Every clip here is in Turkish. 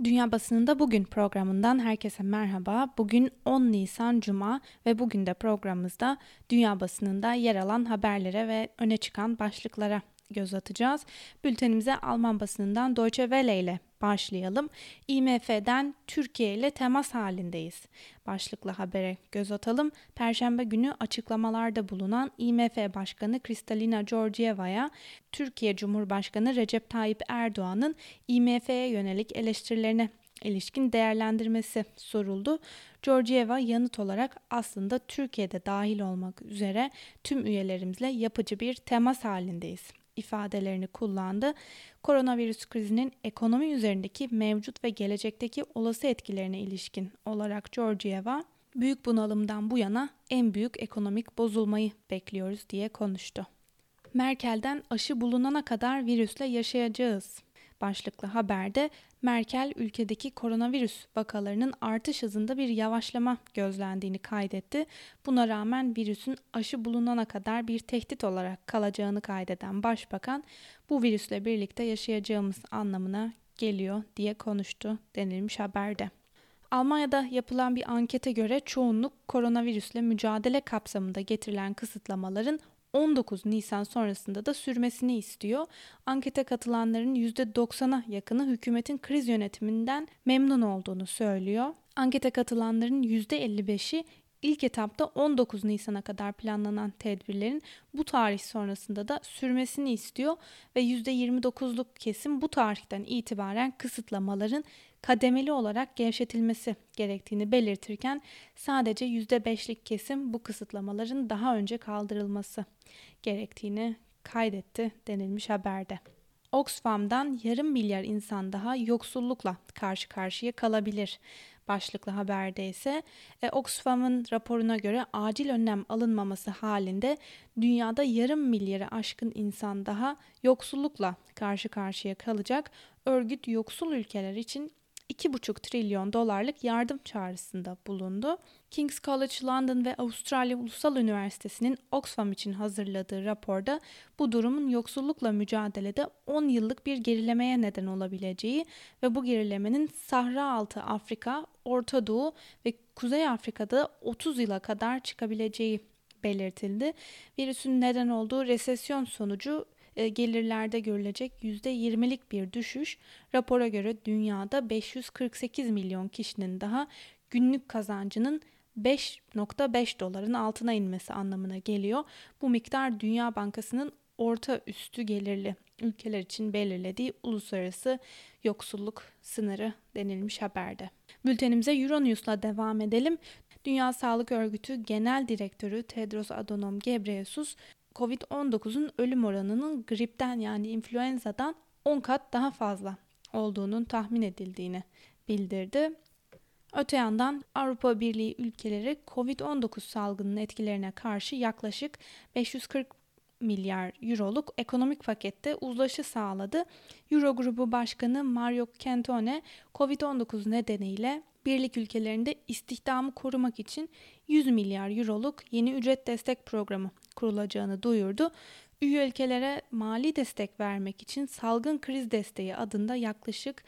Dünya Basınında Bugün programından herkese merhaba. Bugün 10 Nisan Cuma ve bugün de programımızda dünya basınında yer alan haberlere ve öne çıkan başlıklara göz atacağız. Bültenimize Alman basınından Deutsche Welle ile başlayalım. IMF'den Türkiye ile temas halindeyiz başlıklı habere göz atalım. Perşembe günü açıklamalarda bulunan IMF Başkanı Kristalina Georgieva'ya Türkiye Cumhurbaşkanı Recep Tayyip Erdoğan'ın IMF'ye yönelik eleştirilerine ilişkin değerlendirmesi soruldu. Georgieva yanıt olarak aslında Türkiye'de dahil olmak üzere tüm üyelerimizle yapıcı bir temas halindeyiz ifadelerini kullandı. Koronavirüs krizinin ekonomi üzerindeki mevcut ve gelecekteki olası etkilerine ilişkin olarak Georgieva, büyük bunalımdan bu yana en büyük ekonomik bozulmayı bekliyoruz diye konuştu. Merkel'den aşı bulunana kadar virüsle yaşayacağız başlıklı haberde Merkel ülkedeki koronavirüs vakalarının artış hızında bir yavaşlama gözlendiğini kaydetti. Buna rağmen virüsün aşı bulunana kadar bir tehdit olarak kalacağını kaydeden Başbakan, bu virüsle birlikte yaşayacağımız anlamına geliyor diye konuştu denilmiş haberde. Almanya'da yapılan bir ankete göre çoğunluk koronavirüsle mücadele kapsamında getirilen kısıtlamaların 19 Nisan sonrasında da sürmesini istiyor. Ankete katılanların %90'a yakını hükümetin kriz yönetiminden memnun olduğunu söylüyor. Ankete katılanların %55'i ilk etapta 19 Nisan'a kadar planlanan tedbirlerin bu tarih sonrasında da sürmesini istiyor ve %29'luk kesim bu tarihten itibaren kısıtlamaların kademeli olarak gevşetilmesi gerektiğini belirtirken sadece %5'lik kesim bu kısıtlamaların daha önce kaldırılması gerektiğini kaydetti denilmiş haberde. Oxfam'dan yarım milyar insan daha yoksullukla karşı karşıya kalabilir başlıklı haberde ise Oxfam'ın raporuna göre acil önlem alınmaması halinde dünyada yarım milyarı aşkın insan daha yoksullukla karşı karşıya kalacak. Örgüt yoksul ülkeler için 2,5 trilyon dolarlık yardım çağrısında bulundu. King's College London ve Avustralya Ulusal Üniversitesi'nin Oxfam için hazırladığı raporda bu durumun yoksullukla mücadelede 10 yıllık bir gerilemeye neden olabileceği ve bu gerilemenin Sahra Altı Afrika, Orta Doğu ve Kuzey Afrika'da 30 yıla kadar çıkabileceği belirtildi. Virüsün neden olduğu resesyon sonucu gelirlerde görülecek %20'lik bir düşüş, rapora göre dünyada 548 milyon kişinin daha günlük kazancının 5,5 doların altına inmesi anlamına geliyor. Bu miktar Dünya Bankası'nın orta üstü gelirli ülkeler için belirlediği uluslararası yoksulluk sınırı denilmiş haberde. Bültenimize Euronews'la devam edelim. Dünya Sağlık Örgütü Genel Direktörü Tedros Adhanom Ghebreyesus, Covid-19'un ölüm oranının gripten yani influenza'dan 10 kat daha fazla olduğunun tahmin edildiğini bildirdi. Öte yandan Avrupa Birliği ülkeleri Covid-19 salgının etkilerine karşı yaklaşık 540 milyar euroluk ekonomik pakette uzlaşı sağladı. Eurogrubu Başkanı Mario Centone, Covid-19 nedeniyle birlik ülkelerinde istihdamı korumak için 100 milyar euroluk yeni ücret destek programı kurulacağını duyurdu. Üye ülkelere mali destek vermek için salgın kriz desteği adında yaklaşık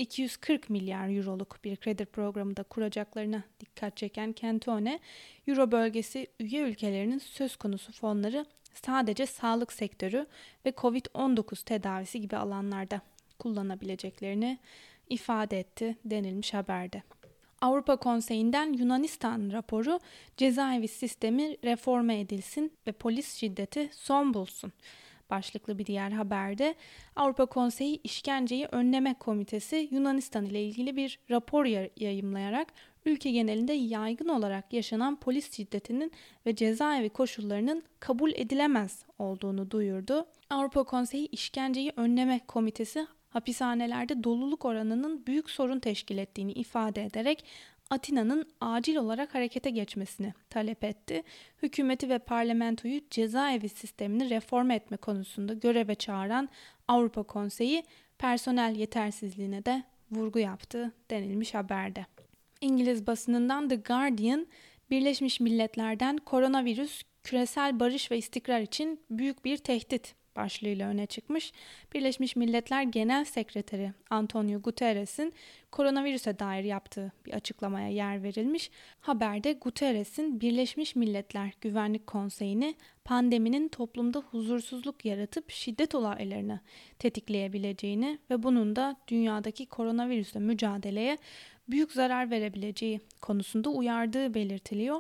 240 milyar euroluk bir kredi programı da kuracaklarına dikkat çeken Centone, Euro bölgesi üye ülkelerinin söz konusu fonları sadece sağlık sektörü ve Covid-19 tedavisi gibi alanlarda kullanabileceklerini ifade etti denilmiş haberde. Avrupa Konseyi'nden Yunanistan raporu cezaevi sistemi reforme edilsin ve polis şiddeti son bulsun başlıklı bir diğer haberde Avrupa Konseyi İşkenceyi Önleme Komitesi Yunanistan ile ilgili bir rapor yayımlayarak ülke genelinde yaygın olarak yaşanan polis şiddetinin ve cezaevi koşullarının kabul edilemez olduğunu duyurdu. Avrupa Konseyi İşkenceyi Önleme Komitesi hapishanelerde doluluk oranının büyük sorun teşkil ettiğini ifade ederek Atina'nın acil olarak harekete geçmesini talep etti. Hükümeti ve parlamentoyu cezaevi sistemini reform etme konusunda göreve çağıran Avrupa Konseyi personel yetersizliğine de vurgu yaptı denilmiş haberde. İngiliz basınından The Guardian, Birleşmiş Milletler'den koronavirüs küresel barış ve istikrar için büyük bir tehdit başlığıyla öne çıkmış. Birleşmiş Milletler Genel Sekreteri Antonio Guterres'in koronavirüse dair yaptığı bir açıklamaya yer verilmiş. Haberde Guterres'in Birleşmiş Milletler Güvenlik Konseyi'ni pandeminin toplumda huzursuzluk yaratıp şiddet olaylarını tetikleyebileceğini ve bunun da dünyadaki koronavirüsle mücadeleye büyük zarar verebileceği konusunda uyardığı belirtiliyor.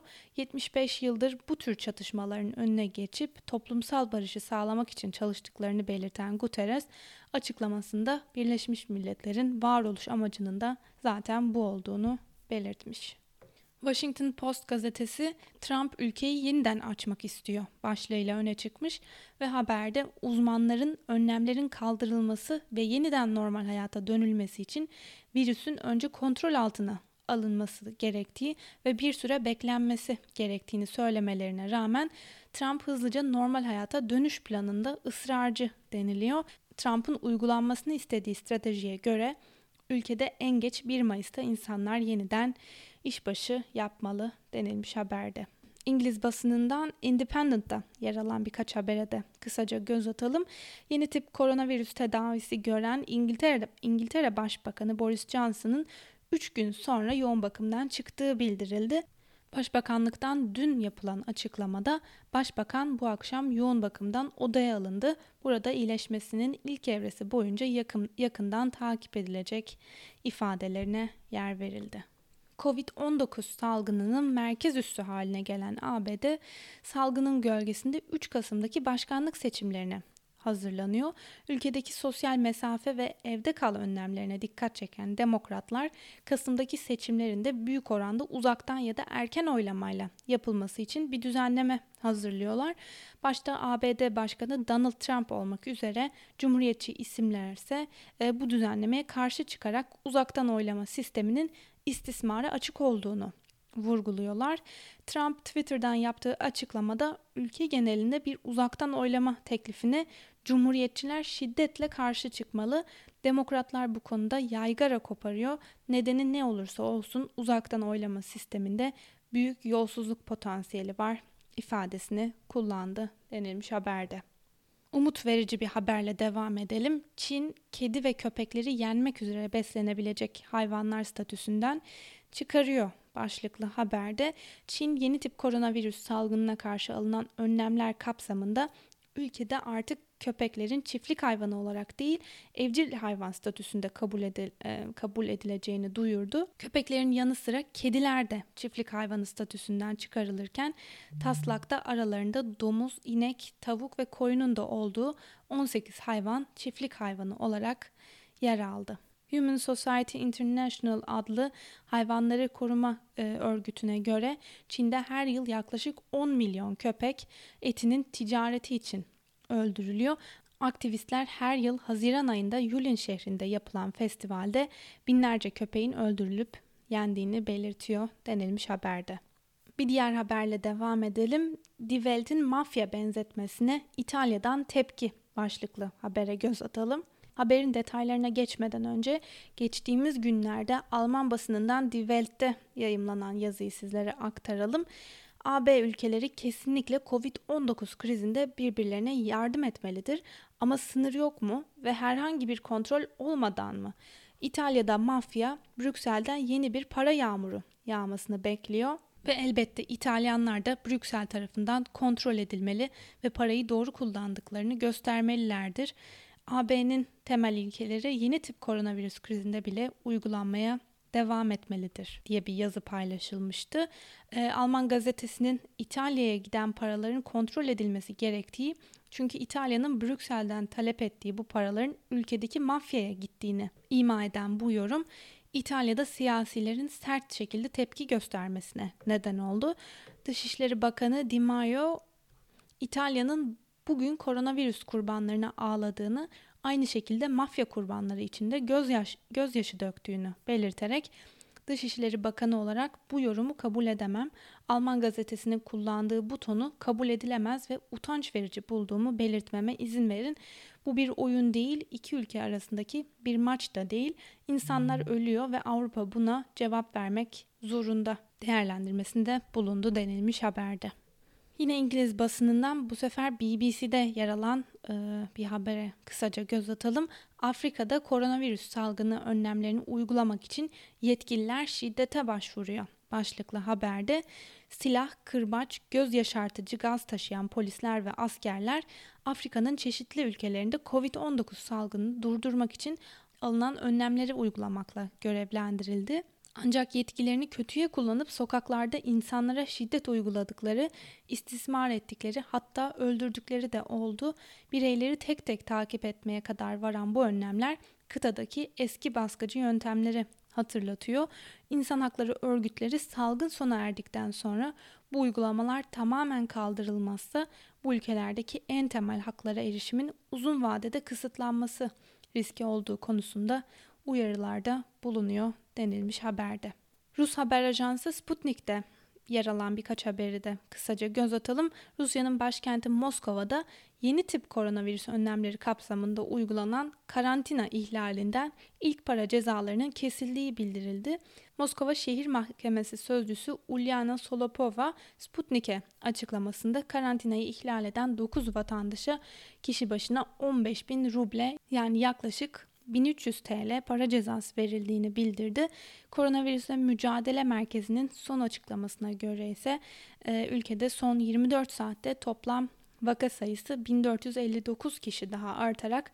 75 yıldır bu tür çatışmaların önüne geçip toplumsal barışı sağlamak için çalıştıklarını belirten Guterres, açıklamasında Birleşmiş Milletler'in varoluş amacının da zaten bu olduğunu belirtmiş. Washington Post gazetesi Trump ülkeyi yeniden açmak istiyor başlığıyla öne çıkmış ve haberde uzmanların önlemlerin kaldırılması ve yeniden normal hayata dönülmesi için virüsün önce kontrol altına alınması gerektiği ve bir süre beklenmesi gerektiğini söylemelerine rağmen Trump hızlıca normal hayata dönüş planında ısrarcı deniliyor. Trump'ın uygulanmasını istediği stratejiye göre ülkede en geç 1 Mayıs'ta insanlar yeniden işbaşı yapmalı denilmiş haberde. İngiliz basınından Independent'ta yer alan birkaç habere de kısaca göz atalım. Yeni tip koronavirüs tedavisi gören İngiltere Başbakanı Boris Johnson'ın 3 gün sonra yoğun bakımdan çıktığı bildirildi. Başbakanlıktan dün yapılan açıklamada Başbakan bu akşam yoğun bakımdan odaya alındı. Burada iyileşmesinin ilk evresi boyunca yakından takip edilecek ifadelerine yer verildi. Covid-19 salgınının merkez üssü haline gelen ABD, salgının gölgesinde 3 Kasım'daki başkanlık seçimlerine hazırlanıyor. Ülkedeki sosyal mesafe ve evde kal önlemlerine dikkat çeken demokratlar, Kasım'daki seçimlerinde büyük oranda uzaktan ya da erken oylamayla yapılması için bir düzenleme hazırlıyorlar. Başta ABD Başkanı Donald Trump olmak üzere Cumhuriyetçi isimlerse bu düzenlemeye karşı çıkarak uzaktan oylama sisteminin istismara açık olduğunu vurguluyorlar. Trump Twitter'dan yaptığı açıklamada ülke genelinde bir uzaktan oylama teklifine Cumhuriyetçiler şiddetle karşı çıkmalı. Demokratlar bu konuda yaygara koparıyor. Nedeni ne olursa olsun uzaktan oylama sisteminde büyük yolsuzluk potansiyeli var ifadesini kullandı denilmiş haberde. Umut verici bir haberle devam edelim. Çin, kedi ve köpekleri yenmek üzere beslenebilecek hayvanlar statüsünden çıkarıyor başlıklı haberde. Çin, yeni tip koronavirüs salgınına karşı alınan önlemler kapsamında ülkede artık köpeklerin çiftlik hayvanı olarak değil, evcil hayvan statüsünde kabul edileceğini duyurdu. Köpeklerin yanı sıra kediler de çiftlik hayvanı statüsünden çıkarılırken taslakta aralarında domuz, inek, tavuk ve koyunun da olduğu 18 hayvan çiftlik hayvanı olarak yer aldı. Human Society International adlı hayvanları koruma örgütüne göre Çin'de her yıl yaklaşık 10 milyon köpek etinin ticareti için öldürülüyor. Aktivistler her yıl Haziran ayında Yulin şehrinde yapılan festivalde binlerce köpeğin öldürülüp yendiğini belirtiyor denilmiş haberde. Bir diğer haberle devam edelim. Die Welt'in mafya benzetmesine İtalya'dan tepki başlıklı habere göz atalım. Haberin detaylarına geçmeden önce geçtiğimiz günlerde Alman basınından Die Welt'te yayımlanan yazıyı sizlere aktaralım. AB ülkeleri kesinlikle Covid-19 krizinde birbirlerine yardım etmelidir ama sınır yok mu ve herhangi bir kontrol olmadan mı? İtalya'da mafya Brüksel'den yeni bir para yağmuru yağmasını bekliyor. Ve elbette İtalyanlar da Brüksel tarafından kontrol edilmeli ve parayı doğru kullandıklarını göstermelilerdir. AB'nin temel ilkeleri yeni tip koronavirüs krizinde bile uygulanmaya devam etmelidir diye bir yazı paylaşılmıştı. Alman gazetesinin İtalya'ya giden paraların kontrol edilmesi gerektiği, çünkü İtalya'nın Brüksel'den talep ettiği bu paraların ülkedeki mafyaya gittiğini ima eden bu yorum İtalya'da siyasilerin sert şekilde tepki göstermesine neden oldu. Dışişleri Bakanı Di Maio, İtalya'nın bugün koronavirüs kurbanlarına ağladığını, aynı şekilde mafya kurbanları için de gözyaşı döktüğünü belirterek Dışişleri Bakanı olarak bu yorumu kabul edemem. Alman gazetesinin kullandığı bu tonu kabul edilemez ve utanç verici bulduğumu belirtmeme izin verin. Bu bir oyun değil, iki ülke arasındaki bir maç da değil. İnsanlar ölüyor ve Avrupa buna cevap vermek zorunda değerlendirmesinde bulundu denilmiş haberde. Yine İngiliz basınından bu sefer BBC'de yer alan bir habere kısaca göz atalım. Afrika'da koronavirüs salgını önlemlerini uygulamak için yetkililer şiddete başvuruyor. Başlıklı haberde silah, kırbaç, göz yaşartıcı gaz taşıyan polisler ve askerler Afrika'nın çeşitli ülkelerinde Covid-19 salgınını durdurmak için alınan önlemleri uygulamakla görevlendirildi. Ancak yetkilerini kötüye kullanıp sokaklarda insanlara şiddet uyguladıkları, istismar ettikleri, hatta öldürdükleri de oldu. Bireyleri tek tek takip etmeye kadar varan bu önlemler kıtadaki eski baskıcı yöntemleri hatırlatıyor. İnsan hakları örgütleri salgın sona erdikten sonra bu uygulamalar tamamen kaldırılmazsa bu ülkelerdeki en temel haklara erişimin uzun vadede kısıtlanması riski olduğu konusunda uyarılarda bulunuyor denilmiş haberde. Rus haber ajansı Sputnik'te yer alan birkaç haberi de kısaca göz atalım. Rusya'nın başkenti Moskova'da yeni tip koronavirüs önlemleri kapsamında uygulanan karantina ihlalinden ilk para cezalarının kesildiği bildirildi. Moskova Şehir Mahkemesi Sözcüsü Ulyana Solopova, Sputnik'e açıklamasında karantinayı ihlal eden 9 vatandaşa kişi başına 15.000 ruble yani yaklaşık 1300 TL para cezası verildiğini bildirdi. Koronavirüsle Mücadele Merkezi'nin son açıklamasına göre ise ülkede son 24 saatte toplam vaka sayısı 1459 kişi daha artarak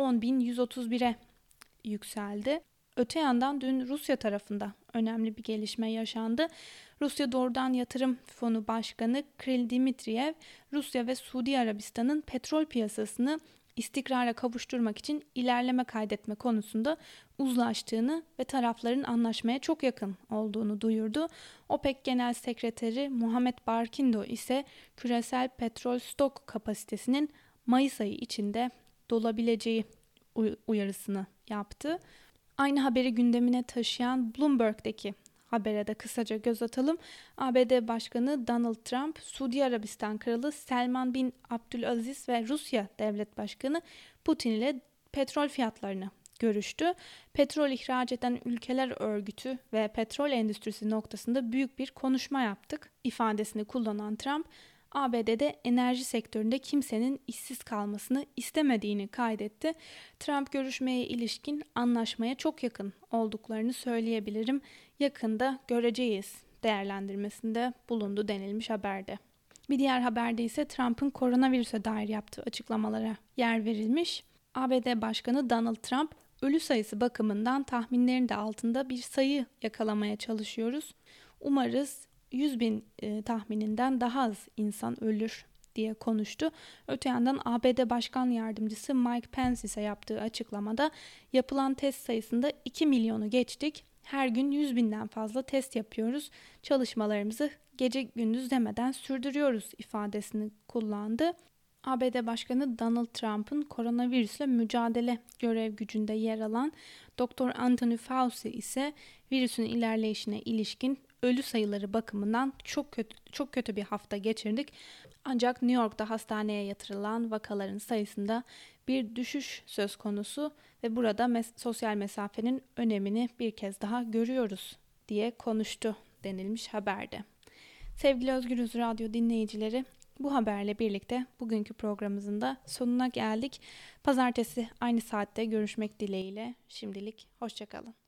10.131'e yükseldi. Öte yandan dün Rusya tarafında önemli bir gelişme yaşandı. Rusya Doğrudan Yatırım Fonu Başkanı Kirill Dmitriyev, Rusya ve Suudi Arabistan'ın petrol piyasasını istikrara kavuşturmak için ilerleme kaydetme konusunda uzlaştığını ve tarafların anlaşmaya çok yakın olduğunu duyurdu. OPEC Genel Sekreteri Muhammed Barkindo ise küresel petrol stok kapasitesinin Mayıs ayı içinde dolabileceği uyarısını yaptı. Aynı haberi gündemine taşıyan Bloomberg'deki habere de kısaca göz atalım. ABD Başkanı Donald Trump, Suudi Arabistan Kralı Selman bin Abdülaziz ve Rusya Devlet Başkanı Putin ile petrol fiyatlarını görüştü. Petrol ihraç eden ülkeler örgütü ve petrol endüstrisi noktasında büyük bir konuşma yaptık ifadesini kullanan Trump, ABD'de enerji sektöründe kimsenin işsiz kalmasını istemediğini kaydetti. Trump görüşmeye ilişkin anlaşmaya çok yakın olduklarını söyleyebilirim. Yakında göreceğiz değerlendirmesinde bulundu denilmiş haberde. Bir diğer haberde ise Trump'ın koronavirüse dair yaptığı açıklamalara yer verilmiş. ABD Başkanı Donald Trump, ölü sayısı bakımından tahminlerin de altında bir sayı yakalamaya çalışıyoruz. Umarız 100.000 tahmininden daha az insan ölür diye konuştu. Öte yandan ABD Başkan Yardımcısı Mike Pence ise yaptığı açıklamada yapılan test sayısında 2 milyonu geçtik. Her gün 100.000'den fazla test yapıyoruz. Çalışmalarımızı gece gündüz demeden sürdürüyoruz ifadesini kullandı. ABD Başkanı Donald Trump'ın koronavirüsle mücadele görev gücünde yer alan Dr. Anthony Fauci ise virüsün ilerleyişine ilişkin ölü sayıları bakımından çok kötü bir hafta geçirdik. Ancak New York'ta hastaneye yatırılan vakaların sayısında bir düşüş söz konusu ve burada sosyal mesafenin önemini bir kez daha görüyoruz diye konuştu denilmiş haberde. Sevgili Özgürüz Radyo dinleyicileri, bu haberle birlikte bugünkü programımızın da sonuna geldik. Pazartesi aynı saatte görüşmek dileğiyle. Şimdilik hoşça kalın.